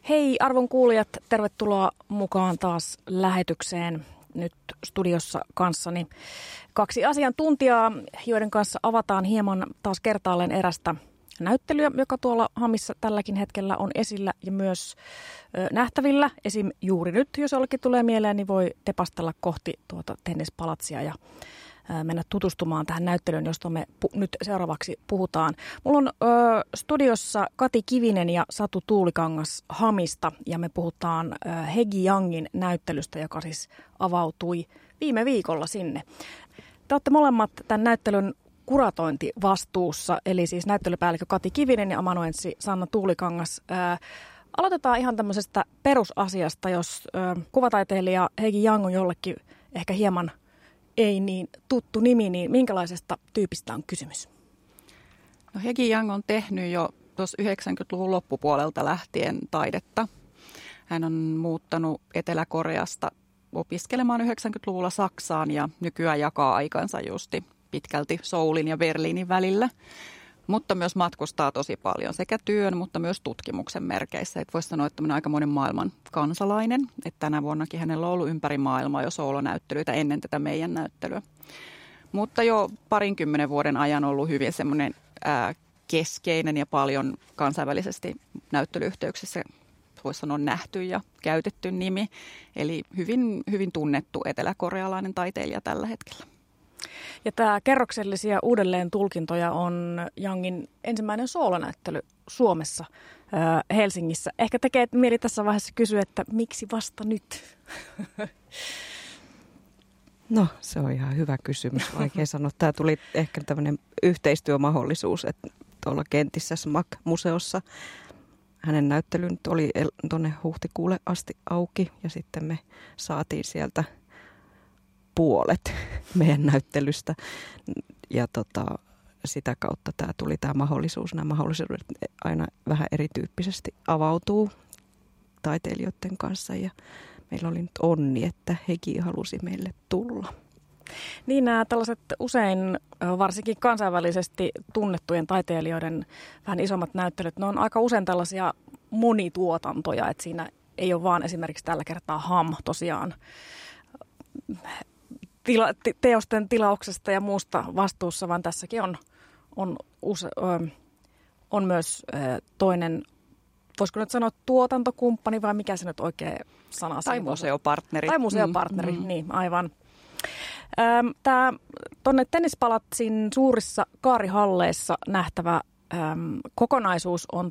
Hei arvon kuulijat, tervetuloa mukaan taas lähetykseen. Nyt studiossa kanssani kaksi asiantuntijaa, joiden kanssa avataan hieman taas kertaalleen erästä näyttelyä, joka tuolla Hamissa tälläkin hetkellä on esillä ja myös nähtävillä. Esim. Juuri nyt, jos jollekin tulee mieleen, niin voi tepastella kohti tuota tennispalatsia ja mennä tutustumaan tähän näyttelyyn, josta me nyt seuraavaksi puhutaan. Mulla on studiossa Kati Kivinen ja Satu Tuulikangas Hamista ja me puhutaan Hegi Youngin näyttelystä, joka siis avautui viime viikolla sinne. Te olette molemmat tämän näyttelyn kuratointivastuussa, eli siis näyttelypäällikkö Kati Kivinen ja amanuenssi Sanna Tuulikangas. Aloitetaan ihan tämmöisestä perusasiasta, jos kuvataiteilija Hegi Young on jollekin ehkä hieman ei niin tuttu nimi, niin minkälaisesta tyypistä on kysymys? No Hegi Young on tehnyt jo tuossa 90-luvun loppupuolelta lähtien taidetta. Hän on muuttanut Etelä-Koreasta opiskelemaan 90-luvulla Saksaan ja nykyään jakaa aikansa justi pitkälti Soulin ja Berliinin välillä. Mutta myös matkustaa tosi paljon sekä työn, mutta myös tutkimuksen merkeissä. Voisi sanoa, että on aikamoinen maailman kansalainen. Että tänä vuonnakin hänellä on ollut ympäri maailmaa jo soolonäyttelyitä ennen tätä meidän näyttelyä. Mutta jo 20 vuoden ajan on ollut hyvin semmoinen keskeinen ja paljon kansainvälisesti näyttelyyhteyksissä, voisi sanoa nähty ja käytetty nimi. Eli hyvin, hyvin tunnettu eteläkorealainen taiteilija tällä hetkellä. Ja tämä kerroksellisia uudelleen tulkintoja on Youngin ensimmäinen soolonäyttely Suomessa, Helsingissä. Ehkä tekee mieli tässä vaiheessa kysyä, että miksi vasta nyt? No se on ihan hyvä kysymys, vaikea sanoa. Tämä tuli ehkä tämmöinen yhteistyömahdollisuus, että tuolla Kentissä SMAK-museossa hänen näyttely nyt oli tuonne huhtikuulle asti auki ja sitten me saatiin sieltä puolet meidän näyttelystä ja sitä kautta tämä tuli tämä mahdollisuus. Nämä mahdollisuudet aina vähän erityyppisesti avautuu taiteilijoiden kanssa ja meillä oli nyt onni, että Hegi halusi meille tulla. Niin nämä tällaiset usein varsinkin kansainvälisesti tunnettujen taiteilijoiden vähän isommat näyttelyt, ne on aika usein tällaisia monituotantoja, että siinä ei ole vaan esimerkiksi tällä kertaa Ham tosiaan teosten tilauksesta ja muusta vastuussa, vaan tässäkin on myös toinen, voisiko nyt sanoa tuotantokumppani vai mikä se nyt oikein sana? Tai museopartneri. Tai museopartneri, niin aivan. Tuonne Tennispalatsin suurissa kaarihalleissa nähtävä kokonaisuus on,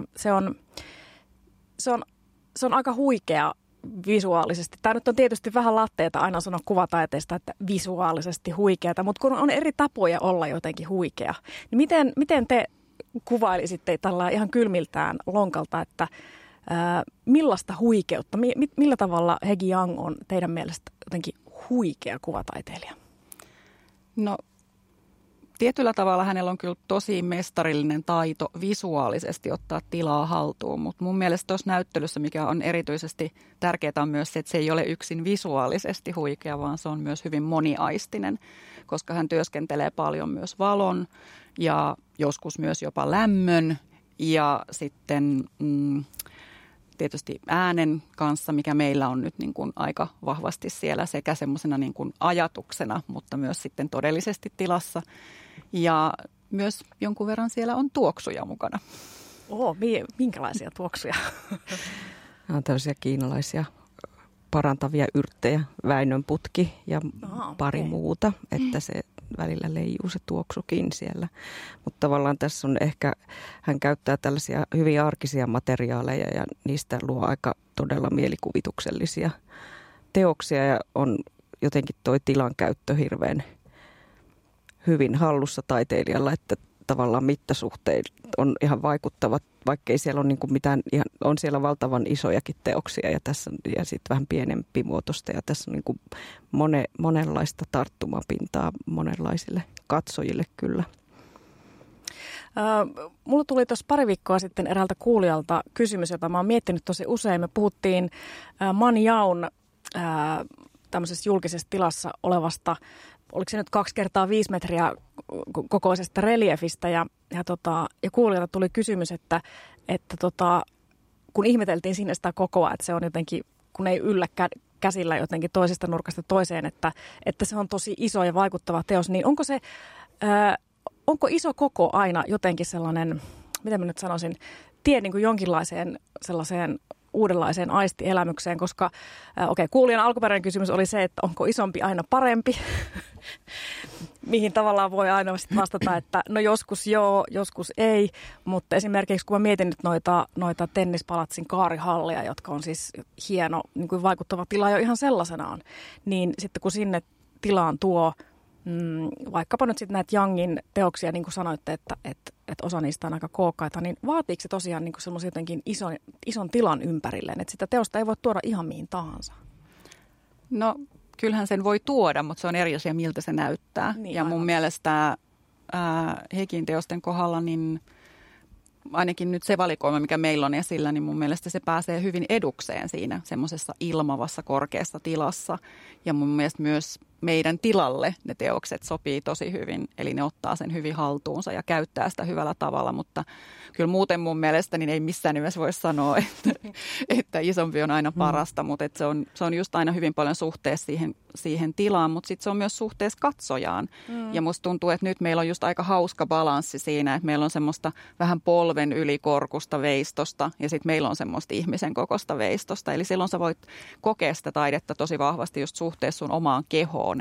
se on aika huikea visuaalisesti. Tämä nyt on tietysti vähän latteeta aina sanoa kuvataiteesta, että visuaalisesti huikeata, mutta kun on eri tapoja olla jotenkin huikea, niin miten te kuvailisitte tällä ihan kylmiltään lonkalta, että millaista huikeutta, millä tavalla Hegi Young on teidän mielestä jotenkin huikea kuvataiteilija? No tietyllä tavalla hänellä on kyllä tosi mestarillinen taito visuaalisesti ottaa tilaa haltuun, mutta mun mielestä tuossa näyttelyssä, mikä on erityisesti tärkeää, on myös se, että se ei ole yksin visuaalisesti huikea, vaan se on myös hyvin moniaistinen, koska hän työskentelee paljon myös valon ja joskus myös jopa lämmön ja sitten tietysti äänen kanssa, mikä meillä on nyt niin kuin aika vahvasti siellä sekä semmoisena niin kuin ajatuksena, mutta myös sitten todellisesti tilassa. Ja myös jonkun verran siellä on tuoksuja mukana. Minkälaisia tuoksuja? Nämä on tällaisia kiinalaisia parantavia yrttejä, Väinönputki ja pari muuta, että se välillä leijuu se tuoksukin siellä. Mutta tavallaan tässä on ehkä, hän käyttää tällaisia hyvin arkisia materiaaleja ja niistä luo aika todella mielikuvituksellisia teoksia ja on jotenkin toi tilan käyttö hirveän hyvin hallussa taiteilijalla, että tavallaan mittasuhteet on ihan vaikuttavat, vaikkei siellä ole niin kuin mitään, on siellä valtavan isojakin teoksia ja tässä ja sitten vähän pienempi muotoista ja tässä on niin kuin monenlaista tarttumapintaa monenlaisille katsojille kyllä. Mulla tuli tuossa pari viikkoa sitten eräältä kuulijalta kysymys, jota mä oon miettinyt tosi usein. Me puhuttiin Man Yaon tämmöisessä julkisessa tilassa olevasta, oliko se nyt 2x5 metriä kokoisesta reliefistä ja kuulijalta tuli kysymys, että kun ihmeteltiin sinne sitä kokoa, että se on jotenkin, kun ei yllä käsillä jotenkin toisesta nurkasta toiseen, että se on tosi iso ja vaikuttava teos, niin onko iso koko aina jotenkin sellainen, miten mä nyt sanoisin, tie niin kuin jonkinlaiseen sellaiseen uudenlaiseen aistielämykseen, koska kuulijan alkuperäinen kysymys oli se, että onko isompi aina parempi, mihin tavallaan voi aina vastata, että no joskus joo, joskus ei, mutta esimerkiksi kun mä mietin nyt noita Tennispalatsin kaarihalleja, jotka on siis hieno, niin kuin vaikuttava tila jo ihan sellaisenaan, niin sitten kun sinne tilaan tuo vaikkapa nyt sitten näitä Youngin teoksia, niin kuin sanoitte, että osa niistä on aika kookkaita, niin vaatiiko se tosiaan niin semmoisen jotenkin ison tilan ympärilleen, että sitä teosta ei voi tuoda ihan mihin tahansa? No kyllähän sen voi tuoda, mutta se on eri asia, miltä se näyttää. Niin, ja mun mielestä Hegin teosten kohdalla, niin ainakin nyt se valikoima, mikä meillä on esillä, niin mun mielestä se pääsee hyvin edukseen siinä semmoisessa ilmavassa korkeassa tilassa. Ja mun mielestä myös meidän tilalle ne teokset sopii tosi hyvin, eli ne ottaa sen hyvin haltuunsa ja käyttää sitä hyvällä tavalla, mutta kyllä muuten mun mielestä niin ei missään nimessä voi sanoa, että isompi on aina parasta, mutta että se on just aina hyvin paljon suhteessa siihen tilaan, mutta sitten se on myös suhteessa katsojaan. Ja musta tuntuu, että nyt meillä on just aika hauska balanssi siinä, että meillä on semmoista vähän polven ylikorkusta veistosta ja sitten meillä on semmoista ihmisen kokosta veistosta, eli silloin sä voit kokea sitä taidetta tosi vahvasti just suhteessa sun omaan kehoon.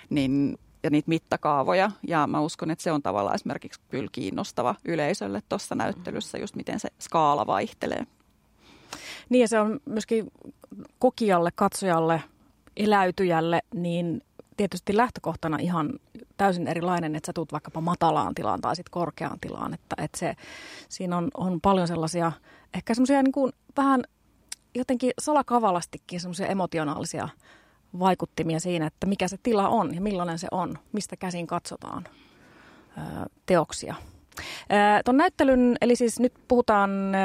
Ja niitä mittakaavoja. Ja mä uskon, että se on tavallaan esimerkiksi kyllä kiinnostava yleisölle tuossa näyttelyssä, just miten se skaala vaihtelee. Niin ja se on myöskin kokijalle, katsojalle, eläytyjälle, niin tietysti lähtökohtana ihan täysin erilainen, että sä tuut vaikkapa matalaan tilaan tai sitten korkeaan tilaan. Että siinä on paljon sellaisia, ehkä semmoisia niin kuin vähän jotenkin salakavalastikin semmoisia emotionaalisia vaikuttimia siinä, että mikä se tila on ja millainen se on, mistä käsin katsotaan teoksia. Tuon näyttelyn, eli siis nyt puhutaan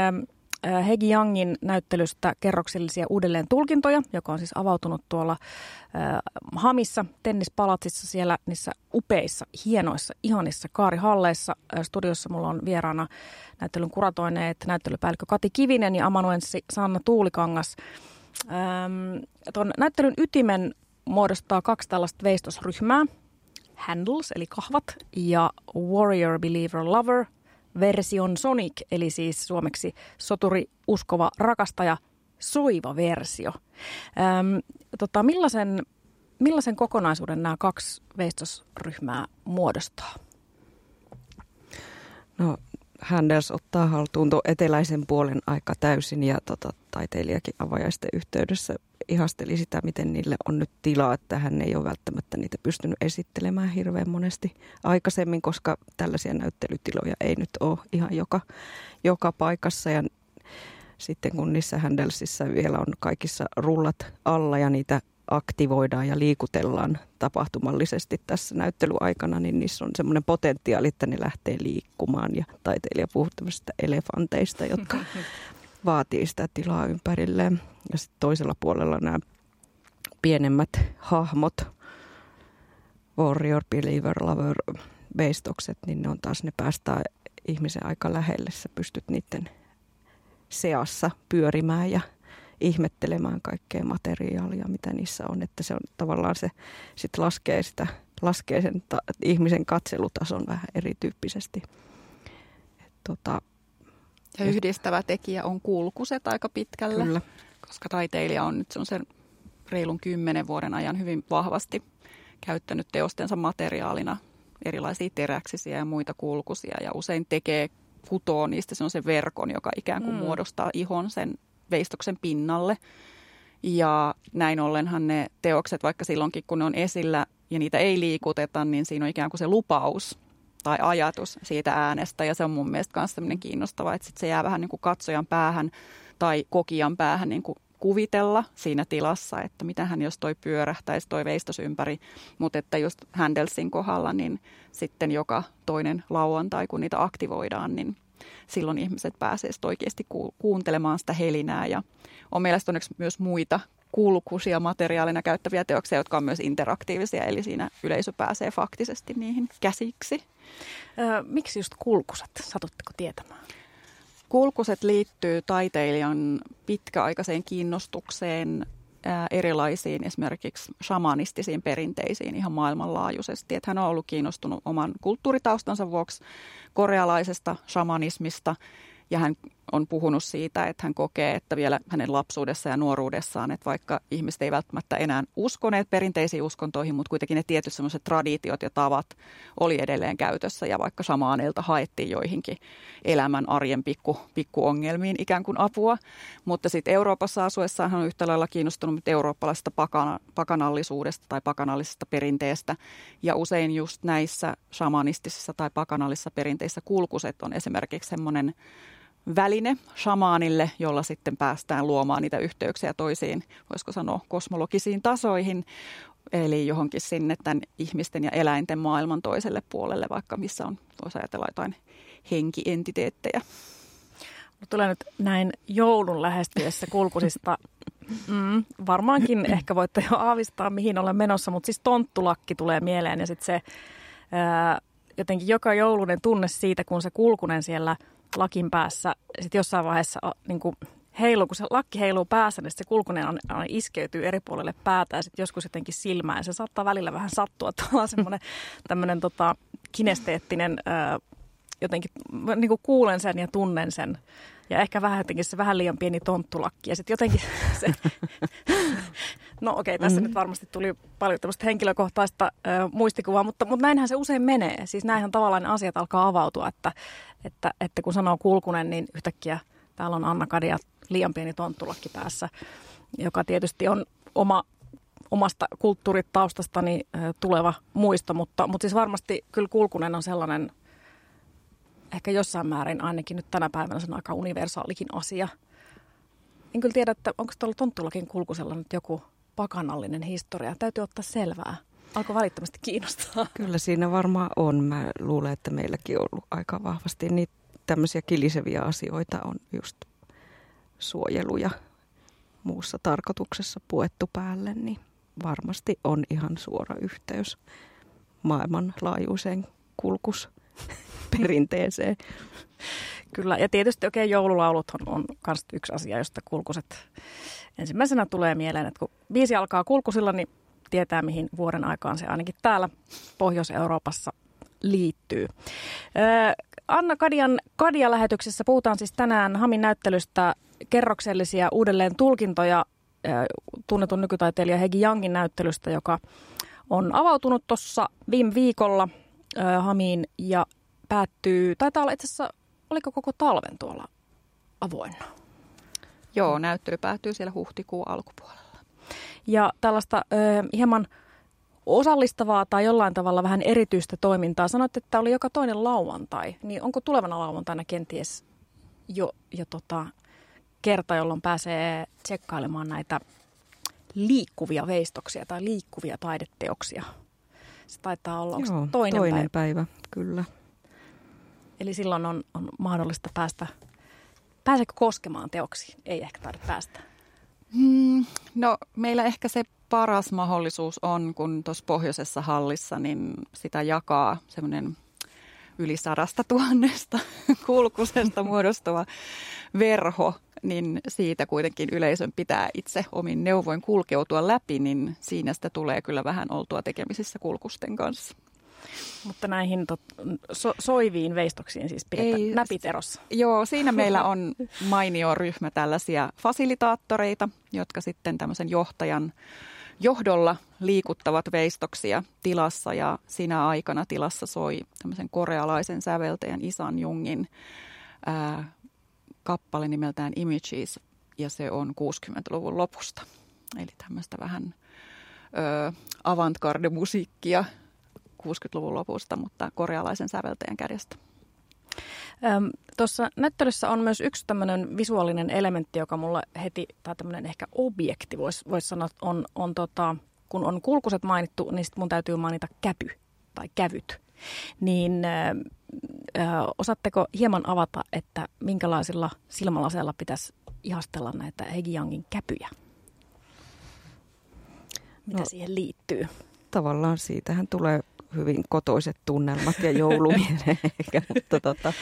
Hegi Youngin näyttelystä Kerroksellisia uudelleen tulkintoja, joka on siis avautunut tuolla Hamissa, Tennispalatsissa, siellä niissä upeissa, hienoissa, ihanissa kaarihalleissa. Studiossa mulla on vieraana näyttelyn kuratoineet näyttelypäällikkö Kati Kivinen ja amanuenssi Sanna Tuulikangas. Tuon näyttelyn ytimen muodostaa 2 tällaista veistosryhmää, Handles eli kahvat ja Warrior Believer Lover version Sonic, eli siis suomeksi soturi, uskova, rakastaja, soiva versio. Millaisen kokonaisuuden nämä 2 veistosryhmää muodostaa? No, Handels ottaa haltuun tuon eteläisen puolen aika täysin ja taiteilijakin avajaisten yhteydessä ihasteli sitä, miten niille on nyt tilaa, että hän ei ole välttämättä niitä pystynyt esittelemään hirveän monesti aikaisemmin, koska tällaisia näyttelytiloja ei nyt ole ihan joka paikassa. Ja sitten kun niissä Handelsissa vielä on kaikissa rullat alla ja niitä aktivoidaan ja liikutellaan tapahtumallisesti tässä näyttelyaikana, niin niissä on semmoinen potentiaali, että ne lähtee liikkumaan. Ja taiteilija puhuu tämmöisistä elefanteista, jotka vaatii sitä tilaa ympärilleen. Ja sitten toisella puolella nämä pienemmät hahmot, Warrior, Believer, Lover, veistokset, niin ne on taas, ne päästään ihmisen aika lähelle. Sä pystyt niiden seassa pyörimään ja ihmettelemään kaikkea materiaalia, mitä niissä on. Että se on tavallaan se, sit laskee sen ihmisen katselutason vähän erityyppisesti. Ja yhdistävä tekijä on kulkuset aika pitkälle, kyllä, koska taiteilija on nyt sen reilun 10 vuoden ajan hyvin vahvasti käyttänyt teostensa materiaalina erilaisia teräksisiä ja muita kulkusia ja usein kutoo niistä sen verkon, joka ikään kuin muodostaa ihon sen veistoksen pinnalle. Ja näin ollenhan ne teokset, vaikka silloinkin kun ne on esillä ja niitä ei liikuteta, niin siinä on ikään kuin se lupaus tai ajatus siitä äänestä. Ja se on mun mielestä myös sellainen kiinnostava, että sit se jää vähän niin kuin katsojan päähän tai kokijan päähän niin kuin kuvitella siinä tilassa, että mitähän jos toi pyörähtäisi toi veistos ympäri. Mutta että just Handelsin kohdalla, niin sitten joka toinen lauantai, kun niitä aktivoidaan, niin silloin ihmiset pääsee oikeasti kuuntelemaan sitä helinää. Ja on mielestäni onneksi myös muita kulkuisia materiaalina käyttäviä teoksia, jotka on myös interaktiivisia, eli siinä yleisö pääsee faktisesti niihin käsiksi. Miksi just kulkuset? Satutteko tietämään? Kulkuset liittyy taiteilijan pitkäaikaiseen kiinnostukseen erilaisiin esimerkiksi shamanistisiin perinteisiin ihan maailmanlaajuisesti. Että hän on ollut kiinnostunut oman kulttuuritaustansa vuoksi korealaisesta shamanismista ja hän on puhunut siitä, että hän kokee, että vielä hänen lapsuudessa ja nuoruudessaan, että vaikka ihmiset ei välttämättä enää uskoneet perinteisiin uskontoihin, mutta kuitenkin ne tietyt sellaiset traditiot ja tavat oli edelleen käytössä ja vaikka shamaaneilta haettiin joihinkin elämän arjen pikkuongelmiin ikään kuin apua. Mutta sitten Euroopassa asuessaan hän on yhtä lailla kiinnostunut eurooppalaisesta pakanallisuudesta tai pakanallisesta perinteestä ja usein just näissä shamanistisissa tai pakanallisissa perinteissä kulkuset on esimerkiksi semmoinen väline shamaanille, jolla sitten päästään luomaan niitä yhteyksiä toisiin, voisiko sanoa kosmologisiin tasoihin, eli johonkin sinne tämän ihmisten ja eläinten maailman toiselle puolelle, vaikka missä on, voisi ajatella jotain henkientiteettejä. Tulee nyt näin joulun lähestyessä kulkusista. Varmaankin ehkä voitte jo aavistaa, mihin olen menossa, mutta siis tonttulakki tulee mieleen ja sitten se jotenkin joka joulunen tunne siitä, kun se kulkunen siellä lakin päässä sitten jossain vaiheessa niin kuin heiluu, kun se lakki heiluu päässä, niin se kulkunen iskeytyy eri puolelle päätä ja sitten joskus jotenkin silmään. Se saattaa välillä vähän sattua, että ollaan semmoinen tämmöinen kinesteettinen, jotenkin niin kuin kuulen sen ja tunnen sen. Ja ehkä vähän jotenkin se vähän liian pieni tonttulakki. Ja sitten jotenkin se, no okei, tässä nyt varmasti tuli paljon tämmöistä henkilökohtaista muistikuvaa, mutta näinhän se usein menee. Siis näinhän tavallaan ne asiat alkaa avautua, että kun sanoo kulkunen, niin yhtäkkiä täällä on Anna-Kadia liian pieni tonttulakki päässä, joka tietysti on omasta kulttuuritaustastani tuleva muisto, mutta siis varmasti kyllä kulkunen on sellainen, ehkä jossain määrin ainakin nyt tänä päivänä se on aika universaalikin asia. En kyllä tiedä, että onko tuolla tonttulakin kulkusella nyt joku pakanallinen historia. Täytyy ottaa selvää. Alkoi välittömästi kiinnostaa. Kyllä siinä varmaan on. Mä luulen, että meilläkin on ollut aika vahvasti niitä tämmöisiä kiliseviä asioita on just suojelu ja muussa tarkoituksessa puettu päälle, niin varmasti on ihan suora yhteys maailmanlaajuiseen kulkusperinteeseen. Kyllä, ja tietysti joululaulut on myös yksi asia, josta kulkuset ensimmäisenä tulee mieleen, että kun biisi alkaa kulkusilla, niin tietää mihin vuoden aikaan se ainakin täällä Pohjois-Euroopassa liittyy. Anna-Kadian Kadia-lähetyksessä puhutaan siis tänään Hamin näyttelystä kerroksellisia uudelleen tulkintoja tunnetun nykytaiteilija Hegi Youngin näyttelystä, joka on avautunut tuossa viime viikolla Hamiin ja päättyy, taitaa olla itse asiassa, oliko koko talven tuolla avoinna? Joo, näyttely päättyy siellä huhtikuun alkupuolella. Ja tällaista hieman osallistavaa tai jollain tavalla vähän erityistä toimintaa. Sanoit, että oli joka toinen lauantai. Niin onko tulevana lauantaina kenties jo kerta, jolloin pääsee tsekkailemaan näitä liikkuvia veistoksia tai liikkuvia taideteoksia? Se taitaa olla toinen päivä, kyllä. Eli silloin on mahdollista pääsekö koskemaan teoksiin? Ei ehkä taida päästä. No meillä ehkä se paras mahdollisuus on, kun tuossa pohjoisessa hallissa, niin sitä jakaa semmoinen yli 100 000 kulkusesta muodostuva verho, niin siitä kuitenkin yleisön pitää itse omin neuvoin kulkeutua läpi, niin siinä sitä tulee kyllä vähän oltua tekemisissä kulkusten kanssa. Mutta näihin soiviin veistoksiin siis pidetään näpiterossa. Joo, siinä meillä on mainio ryhmä tällaisia fasilitaattoreita, jotka sitten tämmöisen johtajan johdolla liikuttavat veistoksia tilassa ja siinä aikana tilassa soi tämmöisen korealaisen säveltäjän Isan Jungin kappale nimeltään Images ja se on 60-luvun lopusta. Eli tämmöistä vähän avantgarde-musiikkia 60-luvun lopusta, mutta korealaisen säveltäjän kädestä. Tuossa näyttelyssä on myös yksi tämmöinen visuaalinen elementti, joka mulle heti, tai tämmöinen ehkä objekti voisi sanoa, on kun on kulkuset mainittu, niin sitten mun täytyy mainita käpy tai kävyt. Niin osaatteko hieman avata, että minkälaisilla silmälaseilla pitäisi ihastella näitä Hegi Youngin käpyjä? Mitä siihen liittyy? Tavallaan siitähän tulee hyvin kotoiset tunnelmat ja jouluminen ehkä, mutta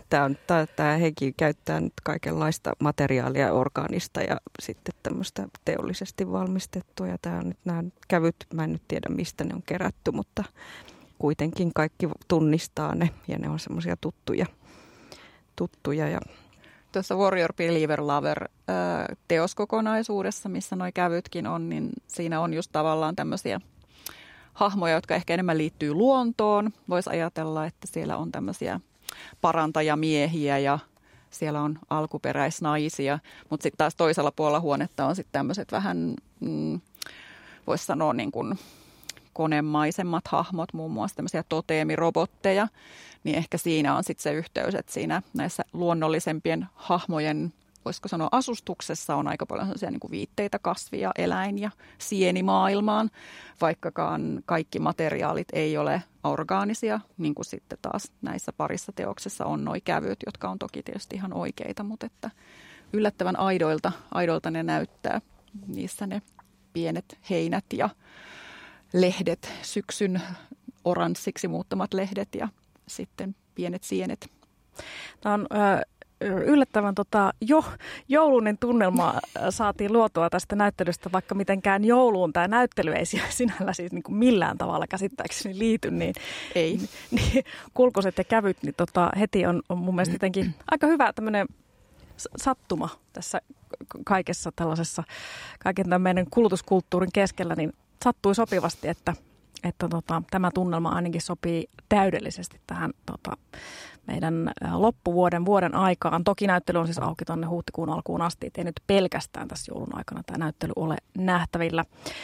Tämä Hegi käyttää nyt kaikenlaista materiaalia, orgaanista ja sitten tämmöistä teollisesti valmistettua. Ja tämä on nyt nämä kävyt, mä en nyt tiedä mistä ne on kerätty, mutta kuitenkin kaikki tunnistaa ne ja ne on semmoisia tuttuja. Ja tuossa Warrior Believer Lover teoskokonaisuudessa, missä nuo kävytkin on, niin siinä on just tavallaan tämmöisiä hahmoja, jotka ehkä enemmän liittyy luontoon. Voisi ajatella, että siellä on tämmöisiä parantajamiehiä ja siellä on alkuperäisnaisia, mutta sitten taas toisella puolella huonetta on sitten tämmöiset vähän, voisi sanoa niin kuin konemaisemmat hahmot, muun muassa tämmöisiä toteemirobotteja, niin ehkä siinä on sitten se yhteys, että siinä näissä luonnollisempien hahmojen, voisiko sanoa asustuksessa on aika paljon sellaisia niin kuin viitteitä kasvia, eläin- ja sienimaailmaan, vaikkakaan kaikki materiaalit ei ole orgaanisia, niin kuin sitten taas näissä parissa teoksessa on nuo kävyt, jotka on toki tietysti ihan oikeita, mutta että yllättävän aidolta ne näyttää, niissä ne pienet heinät ja lehdet, syksyn oranssiksi muuttamat lehdet ja sitten pienet sienet. Tämä on yllättävän joulunen tunnelma saatiin luotua tästä näyttelystä, vaikka mitenkään jouluun tämä näyttely ei sinällä siis niin kuin millään tavalla käsittääkseni liity, niin, ei. Niin kulkuset ja kävyt niin heti on mun mielestä jotenkin aika hyvä tämmöinen sattuma tässä kaikessa tällaisessa, kaiken tämän meidän kulutuskulttuurin keskellä, niin sattui sopivasti, että tämä tunnelma ainakin sopii täydellisesti tähän meidän vuoden aikaan. Toki näyttely on siis auki tuonne huhtikuun alkuun asti, ettei nyt pelkästään tässä joulun aikana tämä näyttely ole nähtävillä.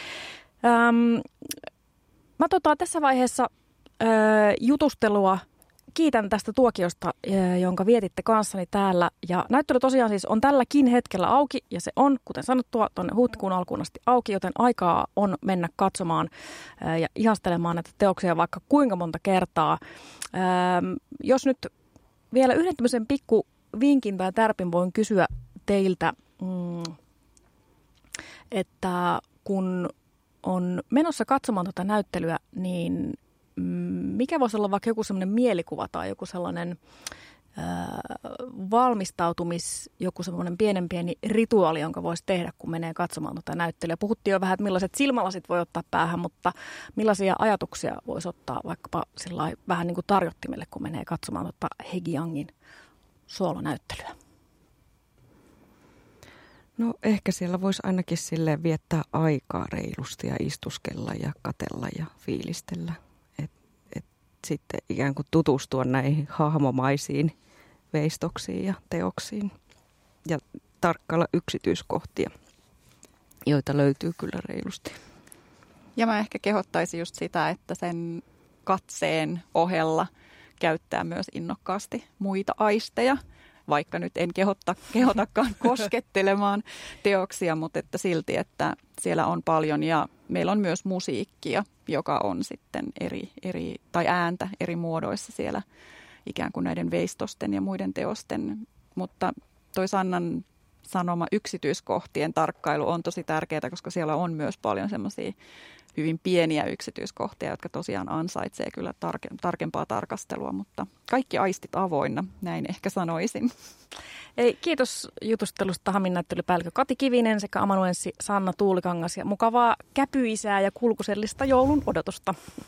Mä tässä vaiheessa jutustelua kiitän tästä tuokiosta, jonka vietitte kanssani täällä. Ja näyttely tosiaan siis on tälläkin hetkellä auki ja se on, kuten sanottua, tuonne huhtikuun alkuun asti auki, joten aikaa on mennä katsomaan ja ihastelemaan näitä teoksia vaikka kuinka monta kertaa. Jos nyt vielä yhden tämmöisen pikku vinkin tai tärpin voin kysyä teiltä, että kun on menossa katsomaan tuota näyttelyä, niin mikä voisi olla vaikka joku sellainen mielikuva tai joku sellainen valmistautumis, joku sellainen pieni rituaali, jonka voisi tehdä, kun menee katsomaan tuota näyttelyä. Puhuttiin jo vähän, että millaiset silmälasit voi ottaa päähän, mutta millaisia ajatuksia voisi ottaa vaikkapa vähän niin kuin tarjottimelle, kun menee katsomaan tuota Hegi Yangin soolonäyttelyä? No ehkä siellä voisi ainakin silleen viettää aikaa reilusti ja istuskella ja katsella ja fiilistellä. Sitten ikään kuin tutustua näihin hahmomaisiin veistoksiin ja teoksiin ja tarkkailla yksityiskohtia, joita löytyy kyllä reilusti. Ja mä ehkä kehottaisin just sitä, että sen katseen ohella käyttää myös innokkaasti muita aisteja, vaikka nyt en kehotakaan koskettelemaan teoksia, mutta että silti, että siellä on paljon ja meillä on myös musiikkia, joka on sitten eri tai ääntä eri muodoissa siellä ikään kuin näiden veistosten ja muiden teosten, mutta toi Sannan sanoma yksityiskohtien tarkkailu on tosi tärkeää, koska siellä on myös paljon semmoisia hyvin pieniä yksityiskohtia, jotka tosiaan ansaitsee kyllä tarkempaa tarkastelua, mutta kaikki aistit avoinna, näin ehkä sanoisin. Kiitos jutustelusta Hamin näyttelypäällikkö Kati Kivinen sekä amanuenssi Sanna Tuulikangas ja mukavaa käpyisää ja kulkusellista joulun odotusta.